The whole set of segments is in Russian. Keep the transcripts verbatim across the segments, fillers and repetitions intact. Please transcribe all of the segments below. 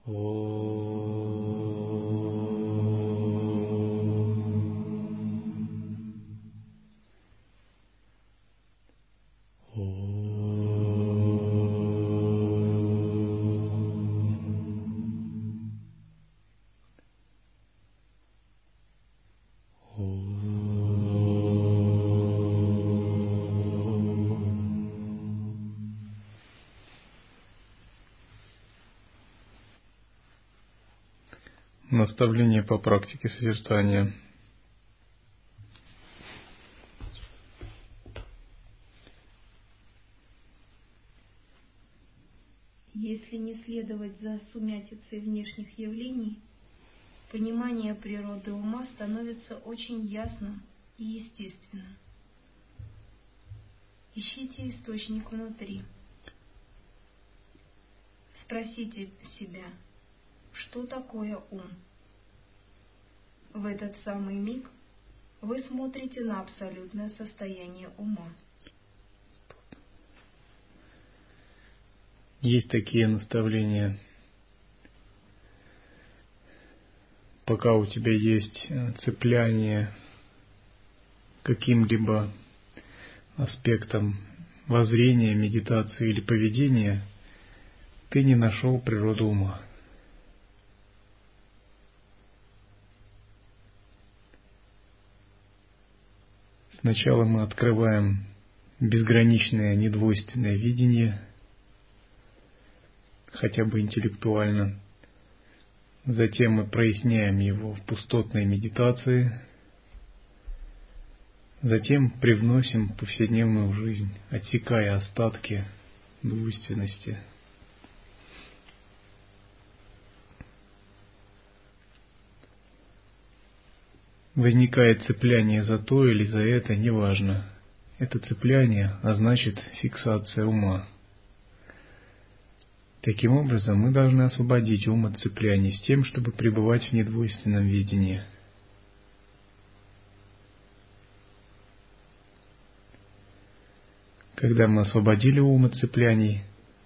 Наставление по практике созерцания. Если не следовать за сумятицей внешних явлений, понимание природы ума становится очень ясным и естественным. Ищите источник внутри. Спросите себя, что такое ум? В этот самый миг вы смотрите на абсолютное состояние ума. Есть такие наставления. Пока у тебя есть цепляние каким-либо аспектом воззрения, медитации или поведения, ты не нашел природу ума. Сначала мы открываем безграничное, недвойственное видение, хотя бы интеллектуально. Затем мы проясняем его в пустотной медитации. Затем привносим в повседневную жизнь, отсекая остатки двойственности. Возникает цепляние за то или за это, неважно. Это цепляние, а значит фиксация ума. Таким образом, мы должны освободить ум от цепляний с тем, чтобы пребывать в недвойственном видении. Когда мы освободили ум от цепляний,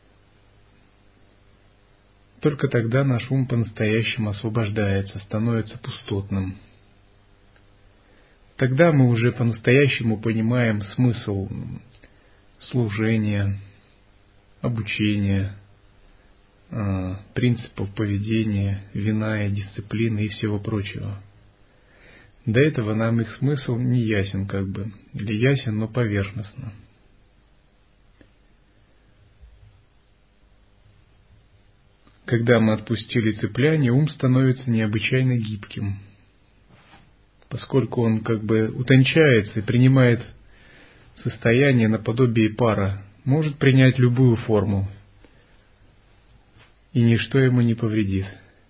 только тогда наш ум по-настоящему освобождается, становится пустотным. Тогда мы уже по-настоящему понимаем смысл служения, обучения, принципов поведения, вина и дисциплины и всего прочего. До этого нам их смысл не ясен как бы, или ясен, но поверхностно. Когда мы отпустили цепляние, ум становится необычайно гибким, поскольку он как бы утончается и принимает состояние наподобие пара, может принять любую форму, и ничто ему не повредит.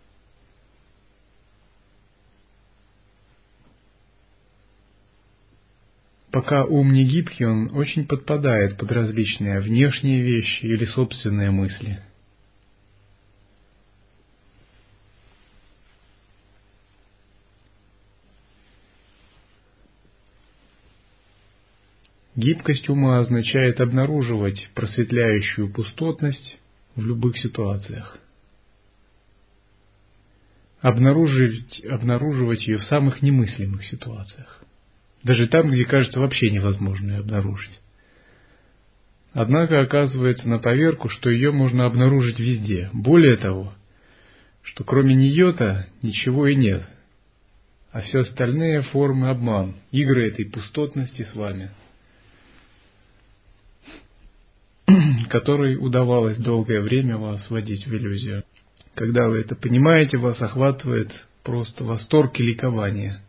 Пока ум не гибкий, он очень подпадает под различные внешние вещи или собственные мысли. Гибкость ума означает обнаруживать просветляющую пустотность в любых ситуациях. Обнаруживать, обнаруживать ее в самых немыслимых ситуациях. Даже там, где кажется вообще невозможно ее обнаружить. Однако оказывается на поверку, что ее можно обнаружить везде. Более того, что кроме нее-то ничего и нет. А все остальные формы обман, игры этой пустотности с вами, которой удавалось долгое время вас вводить в иллюзию. Когда вы это понимаете, вас охватывает просто восторг и ликование,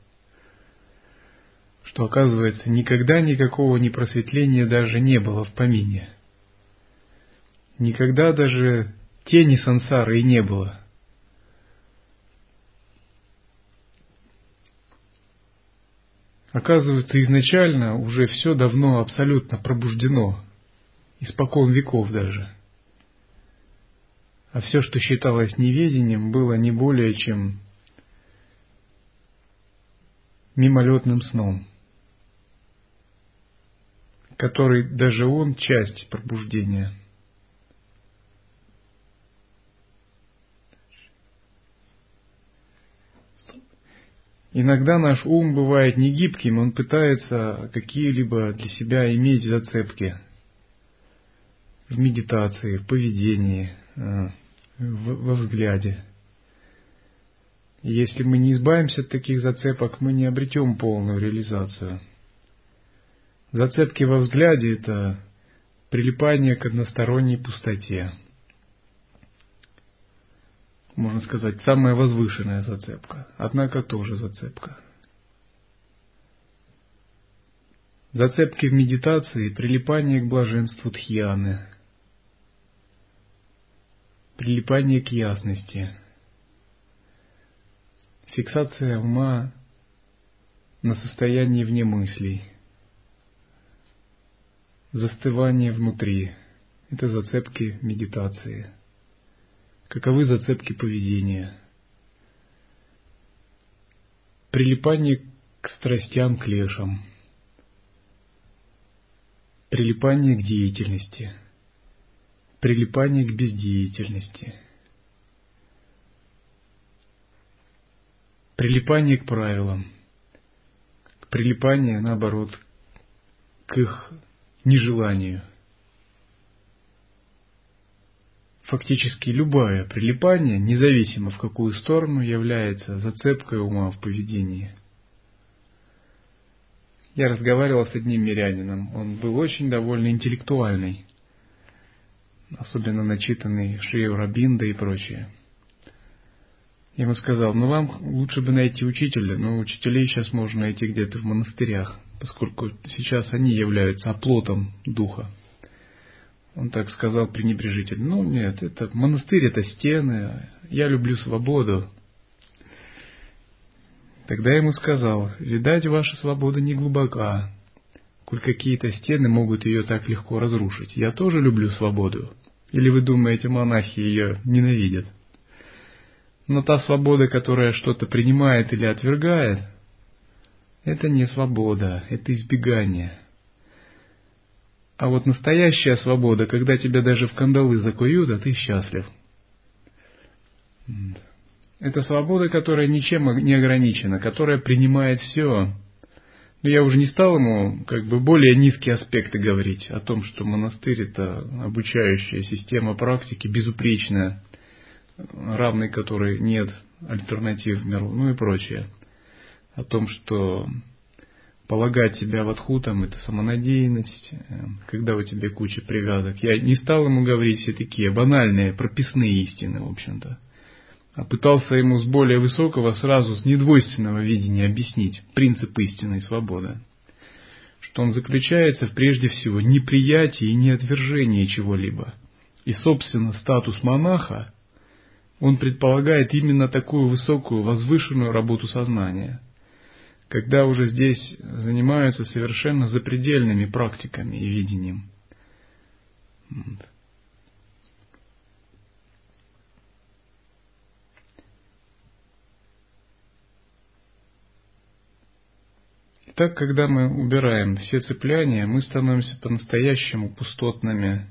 что, оказывается, никогда никакого непросветления даже не было в помине. Никогда даже тени сансары и не было. Оказывается, изначально уже все давно абсолютно пробуждено, испокон веков даже. А все, что считалось неведением, было не более чем мимолетным сном, который даже он часть пробуждения. Иногда наш ум бывает негибким, он пытается какие-либо для себя иметь зацепки в медитации, в поведении, во взгляде. И если мы не избавимся от таких зацепок, мы не обретем полную реализацию. Зацепки во взгляде – это прилипание к односторонней пустоте. Можно сказать, самая возвышенная зацепка, однако тоже зацепка. Зацепки в медитации – прилипание к блаженству дхьяны, прилипание к ясности, фиксация ума на состоянии вне мыслей, застывание внутри – это зацепки медитации. Каковы зацепки поведения? Прилипание к страстям, клешам, прилипание к деятельности, прилипание к бездеятельности, прилипание к правилам, прилипание, наоборот, к их нежеланию. Фактически любое прилипание, независимо в какую сторону, является зацепкой ума в поведении. Я разговаривал с одним мирянином, он был очень довольно интеллектуальный, особенно начитанный Шри Аурабинда и прочее. Я ему сказал, ну вам лучше бы найти учителя, но учителей сейчас можно найти где-то в монастырях, поскольку сейчас они являются оплотом духа. Он так сказал пренебрежительно. Ну, нет, это монастырь, это стены. Я люблю свободу. Тогда я ему сказал, видать, ваша свобода не глубока, коль какие-то стены могут ее так легко разрушить. Я тоже люблю свободу. Или вы думаете, монахи ее ненавидят? Но та свобода, которая что-то принимает или отвергает, это не свобода, это избегание. А вот настоящая свобода, когда тебя даже в кандалы закуют, а ты счастлив. Это свобода, которая ничем не ограничена, которая принимает все. Но я уже не стал ему как бы более низкие аспекты говорить о том, что монастырь – это обучающая система практики, безупречная, равной которой нет альтернатив в миру, ну и прочее. О том, что полагать себя вадхутом – это самонадеянность, когда у тебя куча привязок. Я не стал ему говорить все такие банальные, прописные истины, в общем-то. А пытался ему с более высокого, сразу с недвойственного видения объяснить принцип истинной свободы. Что он заключается в, прежде всего, неприятии и неотвержении чего-либо. И, собственно, статус монаха, он предполагает именно такую высокую, возвышенную работу сознания, когда уже здесь занимаются совершенно запредельными практиками и видением. Итак, когда мы убираем все цепляния, мы становимся по-настоящему пустотными.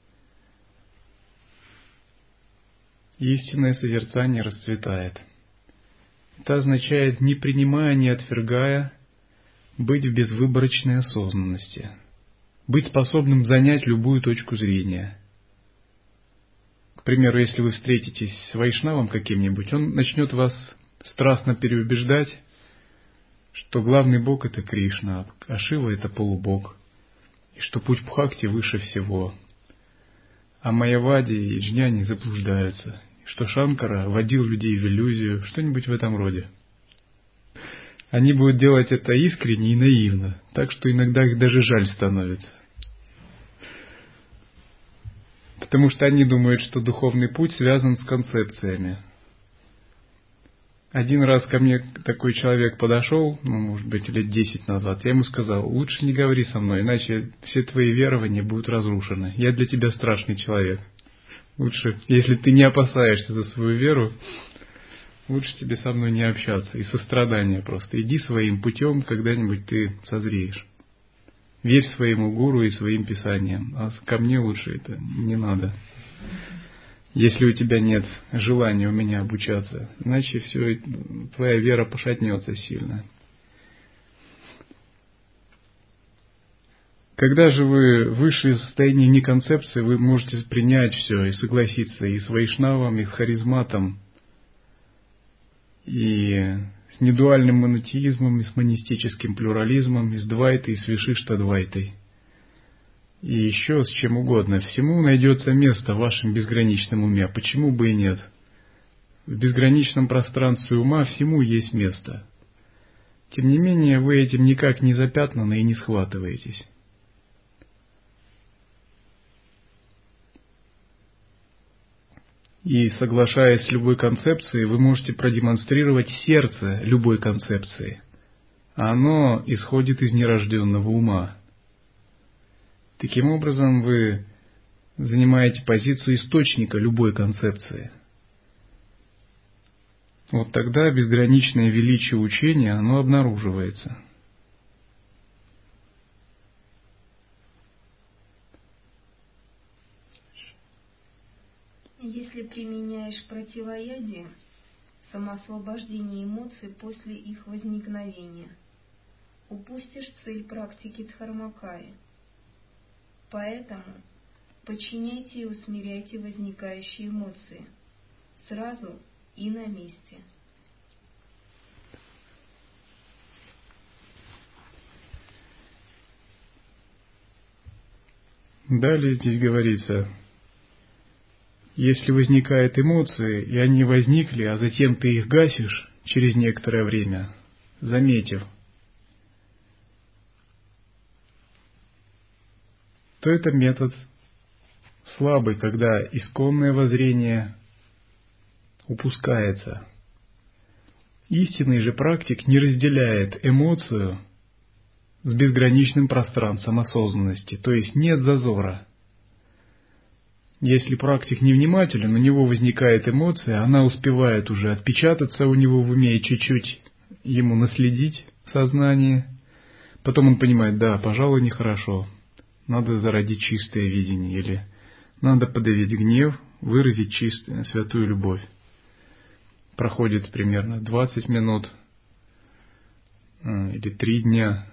Истинное созерцание расцветает. Это означает, не принимая, не отвергая, быть в безвыборочной осознанности, быть способным занять любую точку зрения. К примеру, если вы встретитесь с вайшнавом каким-нибудь, он начнет вас страстно переубеждать, что главный бог – это Кришна, а Шива – это полубог, и что путь Бхакти выше всего, а Майявади и джняни заблуждаются, что Шанкара вводил людей в иллюзию, что-нибудь в этом роде. Они будут делать это искренне и наивно, так что иногда их даже жаль становится. Потому что они думают, что духовный путь связан с концепциями. Один раз ко мне такой человек подошел, ну, может быть, лет десять назад, я ему сказал, лучше не говори со мной, иначе все твои верования будут разрушены. Я для тебя страшный человек. Лучше, если ты не опасаешься за свою веру, лучше тебе со мной не общаться. И сострадание просто. Иди своим путем, когда-нибудь ты созреешь. Верь своему гуру и своим писаниям. А ко мне лучше это не надо. если у тебя нет желания у меня обучаться, иначе все, твоя вера пошатнется сильно. Когда же вы вышли из состояния неконцепции, вы можете принять все и согласиться и с вайшнавом, и с харизматом, и с недуальным монотеизмом, и с монистическим плюрализмом, и с двайтой, и с вишишта-двайтой. И еще с чем угодно. Всему найдется место в вашем безграничном уме. Почему бы и нет? В безграничном пространстве ума всему есть место. Тем не менее, вы этим никак не запятнаны и не схватываетесь. И, соглашаясь с любой концепцией, вы можете продемонстрировать сердце любой концепции. А оно исходит из нерожденного ума. Таким образом, вы занимаете позицию источника любой концепции. Вот тогда безграничное величие учения, оно обнаруживается. Если применяешь противоядие, самоосвобождение эмоций после их возникновения, упустишь цель практики дхармакаи. Поэтому подчиняйте и усмиряйте возникающие эмоции сразу и на месте. Далее здесь говорится, если возникают эмоции, и они возникли, а затем ты их гасишь через некоторое время, заметив, то это метод слабый, когда исконное воззрение упускается. Истинный же практик не разделяет эмоцию с безграничным пространством осознанности, то есть нет зазора. Если практик невнимателен, у него возникает эмоция, она успевает уже отпечататься у него в уме и чуть-чуть ему наследить в сознании. Потом он понимает, да, пожалуй, нехорошо. Надо зародить чистое видение, или надо подавить гнев, выразить чистую, святую любовь. Проходит примерно двадцать минут или три дня.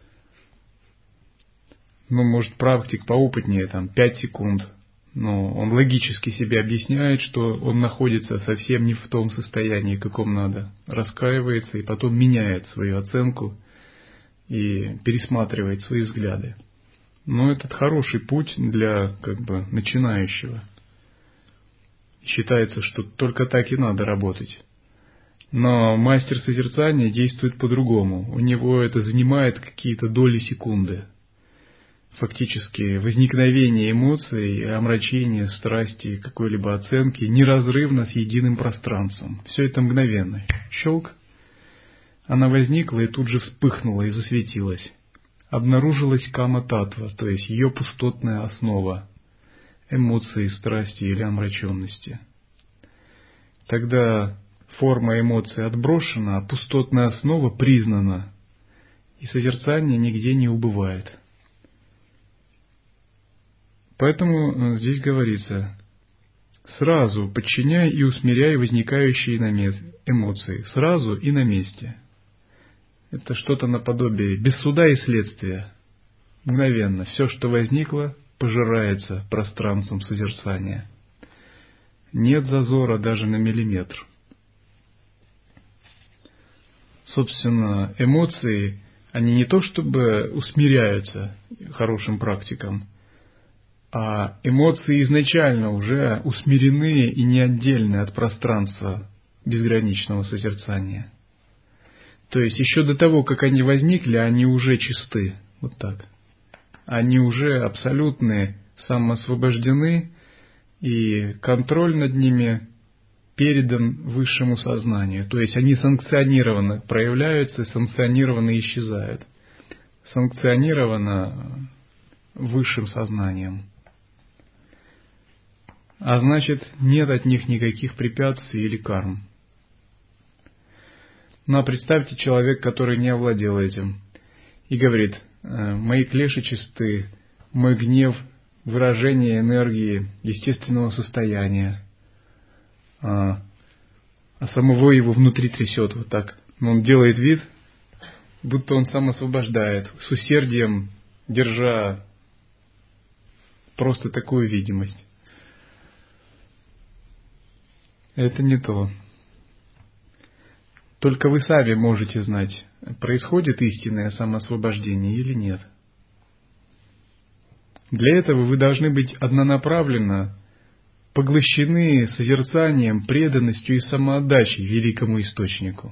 Ну, может, практик поопытнее, там, пять секунд. Но он логически себе объясняет, что он находится совсем не в том состоянии, каком надо. Раскаивается и потом меняет свою оценку и пересматривает свои взгляды. Но этот хороший путь для, как бы, начинающего. Считается, что только так и надо работать. Но мастер созерцания действует по-другому. У него это занимает какие-то доли секунды. Фактически возникновение эмоций, омрачение, страсти, какой-либо оценки неразрывно с единым пространством. Все это мгновенно. Щелк. Она возникла и тут же вспыхнула и засветилась. Обнаружилась кама-татва, то есть ее пустотная основа, эмоции, страсти или омраченности. Тогда форма эмоций отброшена, а пустотная основа признана, и созерцание нигде не убывает. Поэтому здесь говорится, сразу подчиняй и усмиряй возникающие на месте эмоции, сразу и на месте. Это что-то наподобие без суда и следствия. Мгновенно все, что возникло, пожирается пространством созерцания. Нет зазора даже на миллиметр. Собственно, эмоции, они не то чтобы усмиряются хорошим практикам, а эмоции изначально уже усмирены и не отдельны от пространства безграничного созерцания. То есть еще до того, как они возникли, они уже чисты. Вот так. Они уже абсолютно самоосвобождены, и контроль над ними передан высшему сознанию. То есть они санкционированно проявляются, санкционированно исчезают. Санкционировано высшим сознанием. А значит, нет от них никаких препятствий или карм. Но представьте человек, который не овладел этим, и говорит, мои клеши чисты, мой гнев, выражение энергии, естественного состояния, а, а самого его внутри трясет вот так. Но он делает вид, будто он сам освобождает, с усердием держа просто такую видимость. Это не то. Только вы сами можете знать, происходит истинное самоосвобождение или нет. Для этого вы должны быть однонаправленно поглощены созерцанием, преданностью и самоотдачей великому источнику.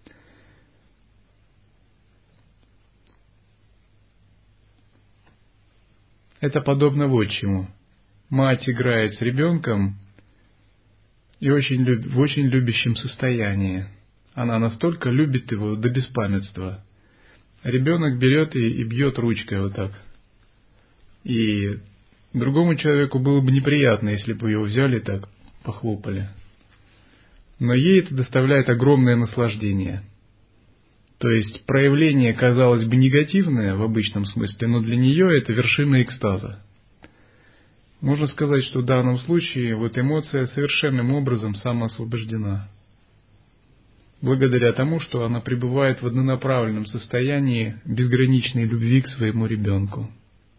Это подобно вот чему. Мать играет с ребенком и очень люб... в очень любящем состоянии. Она настолько любит его до беспамятства. Ребенок берет и, и бьет ручкой вот так. И другому человеку было бы неприятно, если бы его взяли и так похлопали. Но ей это доставляет огромное наслаждение. То есть проявление, казалось бы, негативное в обычном смысле, но для нее это вершина экстаза. Можно сказать, что в данном случае вот эмоция совершенным образом самоосвобождена. Благодаря тому, что она пребывает в однонаправленном состоянии безграничной любви к своему ребенку.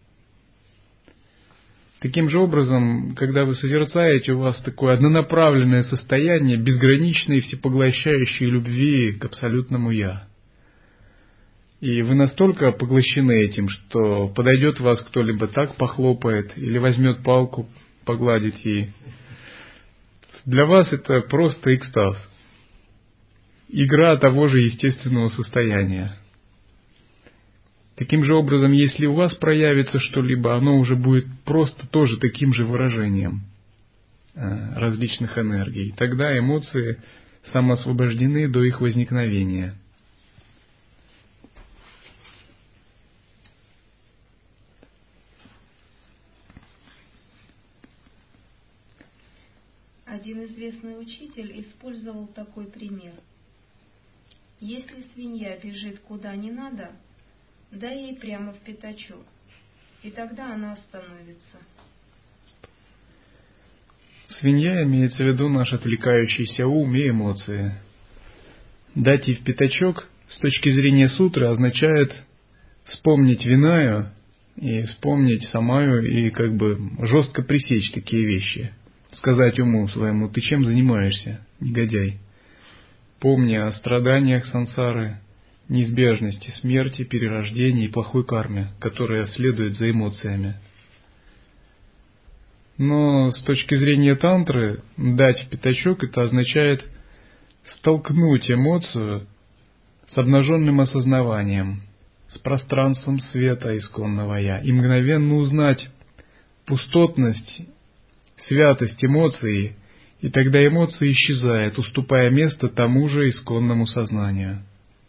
Таким же образом, когда вы созерцаете, у вас такое однонаправленное состояние безграничной всепоглощающей любви к абсолютному «Я». И вы настолько поглощены этим, что подойдет вас кто-либо так похлопает или возьмет палку, погладит ей. Для вас это просто экстаз. Игра того же естественного состояния. Таким же образом, если у вас проявится что-либо, оно уже будет просто тоже таким же выражением различных энергий. Тогда эмоции самоосвобождены до их возникновения. Один известный учитель использовал такой пример. Если свинья бежит куда не надо, дай ей прямо в пятачок, и тогда она остановится. Свинья имеется в виду наш отвлекающийся ум и эмоции. Дать ей в пятачок с точки зрения сутры означает вспомнить Винаю и вспомнить Самаю и как бы жестко пресечь такие вещи. Сказать уму своему: ты чем занимаешься, негодяй? Помни о страданиях сансары, неизбежности смерти, перерождения и плохой карме, которая следует за эмоциями. Но с точки зрения тантры, дать в пятачок — это означает столкнуть эмоцию с обнаженным осознаванием, с пространством света исконного «Я» и мгновенно узнать пустотность, святость эмоций, и тогда эмоция исчезает, уступая место тому же исконному сознанию.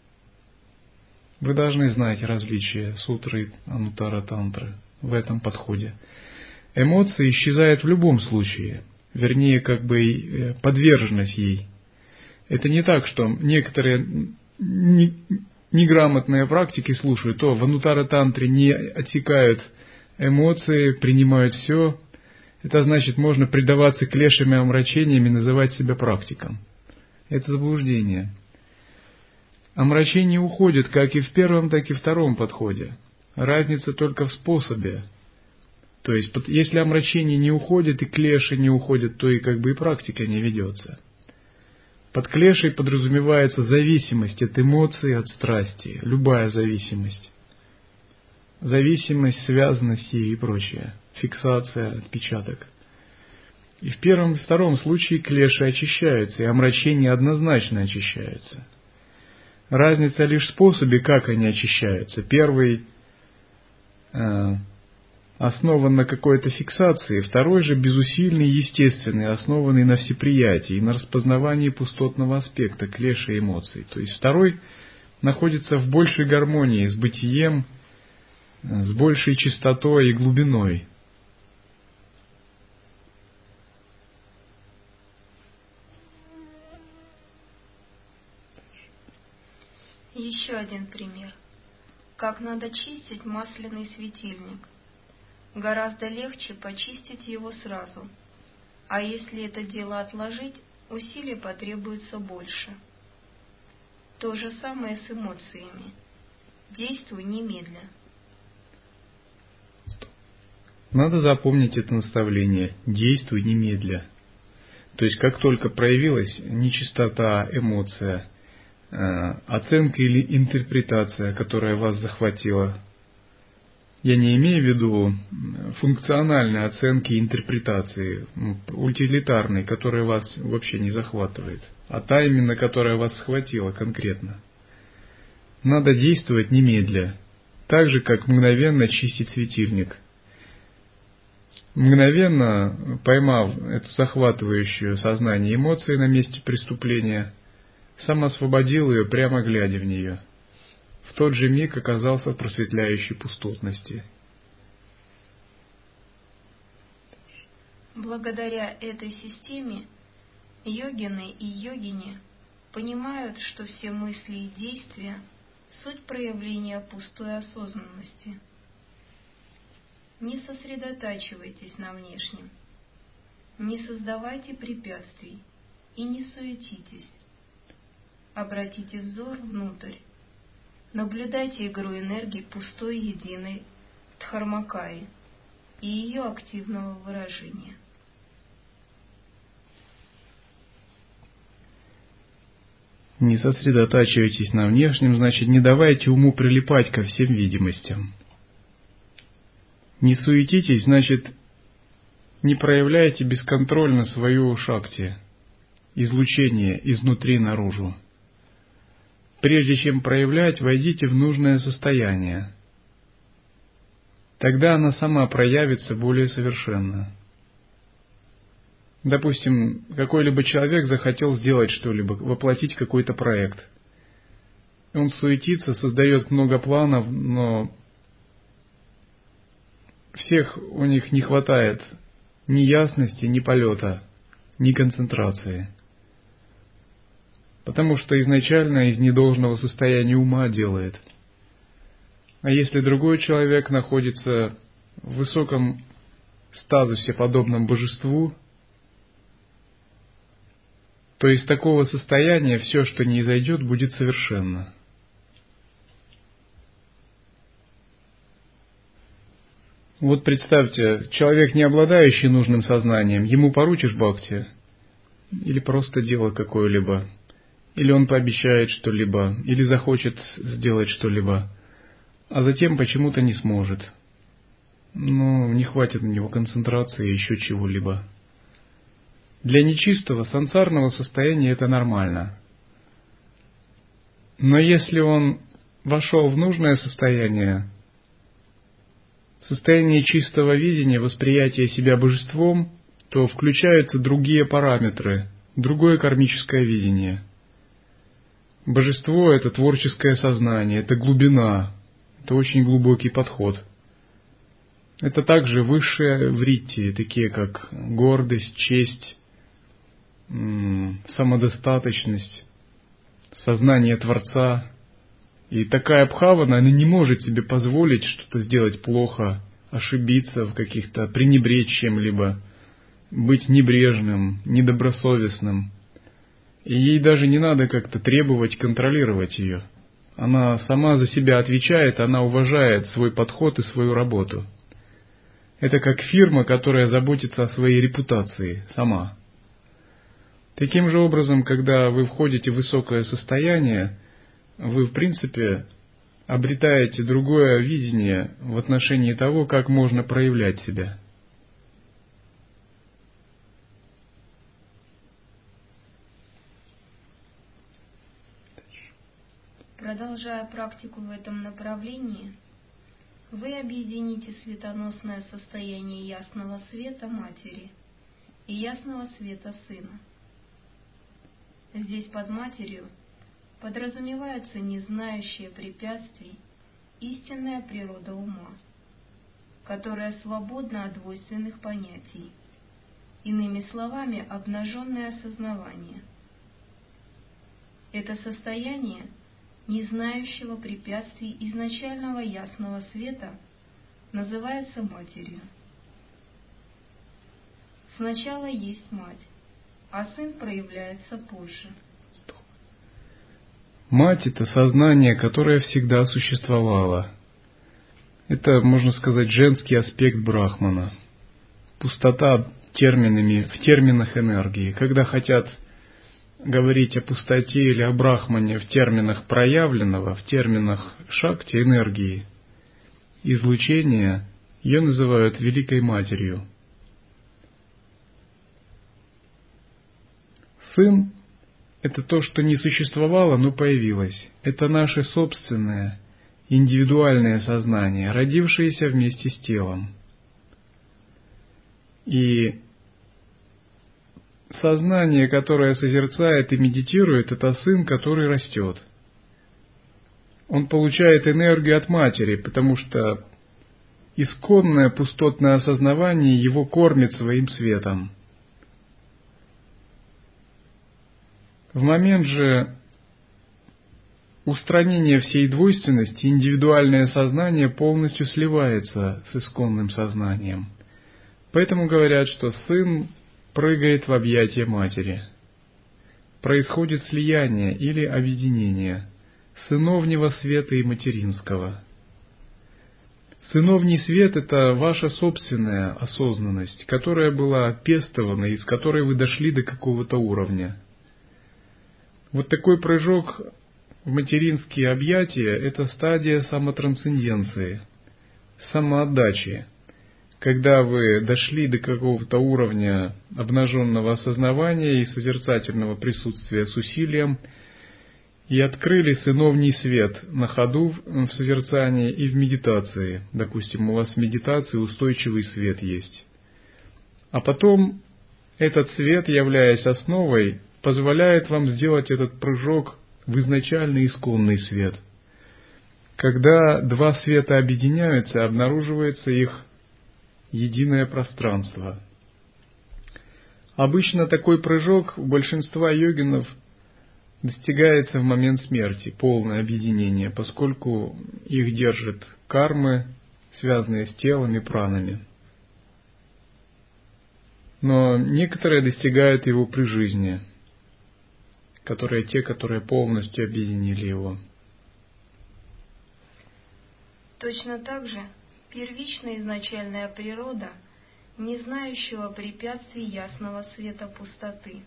Вы должны знать различия сутры Анутара Тантры в этом подходе. Эмоция исчезает в любом случае, вернее, как бы подверженность ей. Это не так, что некоторые неграмотные практики слушают: о, в Анутара Тантре не отсекают эмоции, принимают все. Это значит, можно предаваться клешам и омрачениям и называть себя практиком. Это заблуждение. Омрачения уходят как и в первом, так и в втором подходе. Разница только в способе. То есть, если омрачение не уходит и клеши не уходят, то и как бы и практика не ведется. Под клешей подразумевается зависимость от эмоций, от страсти, любая зависимость. Зависимость, связанность и прочее. Фиксация, отпечаток. И в первом и втором случае клеши очищаются, и омрачения однозначно очищаются. Разница лишь в способе, как они очищаются. Первый э, основан на какой-то фиксации, второй же безусильный, естественный, основанный на всеприятии и на распознавании пустотного аспекта клеши эмоций. То есть второй находится в большей гармонии с бытием, с большей чистотой и глубиной. Еще один пример. Как надо чистить масляный светильник. Гораздо легче почистить его сразу. А если это дело отложить, усилий потребуется больше. То же самое с эмоциями. Действуй немедля. Надо запомнить это наставление. Действуй немедля. То есть, как только проявилась нечистота, эмоция, оценка или интерпретация, которая вас захватила, я не имею в виду функциональной оценки и интерпретации, утилитарной, которая вас вообще не захватывает, а та именно, которая вас схватила конкретно. Надо действовать немедля, так же, как мгновенно чистить светильник. Мгновенно поймав эту захватывающую сознание эмоции на месте преступления, сам освободил ее, прямо глядя в нее. В тот же миг оказался в просветляющей пустотности. Благодаря этой системе йогины и йогини понимают, что все мысли и действия – суть проявления пустой осознанности. Не сосредотачивайтесь на внешнем, не создавайте препятствий и не суетитесь. Обратите взор внутрь, наблюдайте игру энергии пустой единой Дхармакаи и ее активного выражения. Не сосредотачивайтесь на внешнем, значит, не давайте уму прилипать ко всем видимостям. Не суетитесь, значит, не проявляйте бесконтрольно свою шакти, излучение изнутри наружу. Прежде чем проявлять, войдите в нужное состояние. Тогда она сама проявится более совершенно. Допустим, какой-либо человек захотел сделать что-либо, воплотить какой-то проект. Он суетится, создает много планов, но всех у них не хватает ни ясности, ни полета, ни концентрации. Потому что изначально из недолжного состояния ума делает. А если другой человек находится в высоком статусе, подобном божеству, то из такого состояния все, что не изойдет, будет совершенно. Вот представьте, человек, не обладающий нужным сознанием, ему поручишь бхакти, или просто дело какое-либо, или он пообещает что-либо, или захочет сделать что-либо, а затем почему-то не сможет. Но не хватит на него концентрации и еще чего-либо. Для нечистого сансарного состояния это нормально. Но если он вошел в нужное состояние, состояние чистого видения, восприятия себя божеством, то включаются другие параметры, другое кармическое видение. Божество – это творческое сознание, это глубина, это очень глубокий подход. Это также высшие вритти, такие как гордость, честь, самодостаточность, сознание Творца. И такая бхавана, она не может себе позволить что-то сделать плохо, ошибиться в каких-то, пренебречь чем-либо, быть небрежным, недобросовестным. И ей даже не надо как-то требовать, контролировать ее. Она сама за себя отвечает, она уважает свой подход и свою работу. Это как фирма, которая заботится о своей репутации сама. Таким же образом, когда вы входите в высокое состояние, вы, в принципе, обретаете другое видение в отношении того, как можно проявлять себя. Продолжая практику в этом направлении, вы объедините светоносное состояние ясного света Матери и ясного света Сына. Здесь под Матерью подразумевается не знающая препятствий истинная природа ума, которая свободна от двойственных понятий, иными словами, обнаженное осознавание. Это состояние не знающего препятствий изначального ясного света называется Матерью. Сначала есть Мать, а сын проявляется позже. Мать – это сознание, которое всегда существовало. Это, можно сказать, женский аспект Брахмана. Пустота терминами, в терминах энергии. Когда хотят говорить о пустоте или о Брахмане в терминах проявленного, в терминах шакти, энергии, излучения, ее называют Великой Матерью. Сын – это то, что не существовало, но появилось. Это наше собственное, индивидуальное сознание, родившееся вместе с телом. И сознание, которое созерцает и медитирует, это сын, который растет. Он получает энергию от матери, потому что исконное пустотное осознавание его кормит своим светом. В момент же устранения всей двойственности индивидуальное сознание полностью сливается с исконным сознанием. Поэтому говорят, что сын прыгает в объятия матери. Происходит слияние или объединение сыновнего света и материнского. Сыновний свет – это ваша собственная осознанность, которая была пестована, из которой вы дошли до какого-то уровня. Вот такой прыжок в материнские объятия – это стадия самотрансценденции, самоотдачи. Когда вы дошли до какого-то уровня обнаженного осознавания и созерцательного присутствия с усилием, и открыли сыновний свет на ходу в созерцании и в медитации. Допустим, у вас в медитации устойчивый свет есть. А потом этот свет, являясь основой, позволяет вам сделать этот прыжок в изначальный исконный свет. Когда два света объединяются, обнаруживается их единое пространство. Обычно такой прыжок у большинства йогинов достигается в момент смерти, полное объединение, поскольку их держат кармы, связанные с телом и пранами. Но некоторые достигают его при жизни, которые те, которые полностью объединили его. Точно так же первичная изначальная природа, не знающего препятствий ясного света пустоты.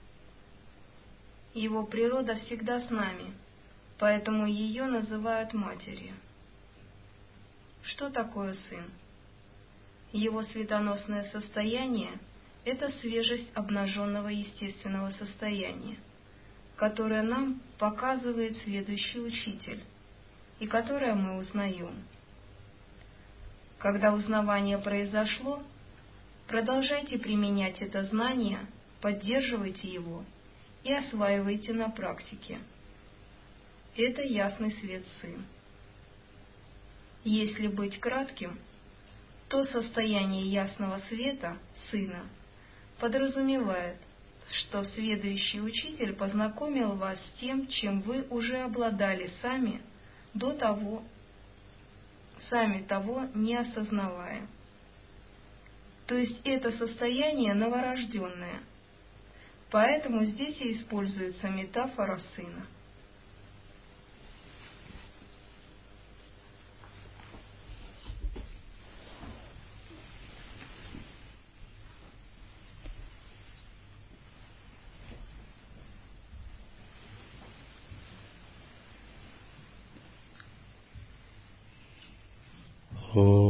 Его природа всегда с нами, поэтому ее называют матерью. Что такое сын? Его светоносное состояние – это свежесть обнаженного естественного состояния, которое нам показывает следующий учитель, и которое мы узнаем. Когда узнавание произошло, продолжайте применять это знание, поддерживайте его и осваивайте на практике. Это ясный свет сын. Если быть кратким, то состояние ясного света сына подразумевает, что следующий учитель познакомил вас с тем, чем вы уже обладали сами до того, сами того не осознавая. То есть это состояние новорожденное. Поэтому здесь и используется метафора сына. О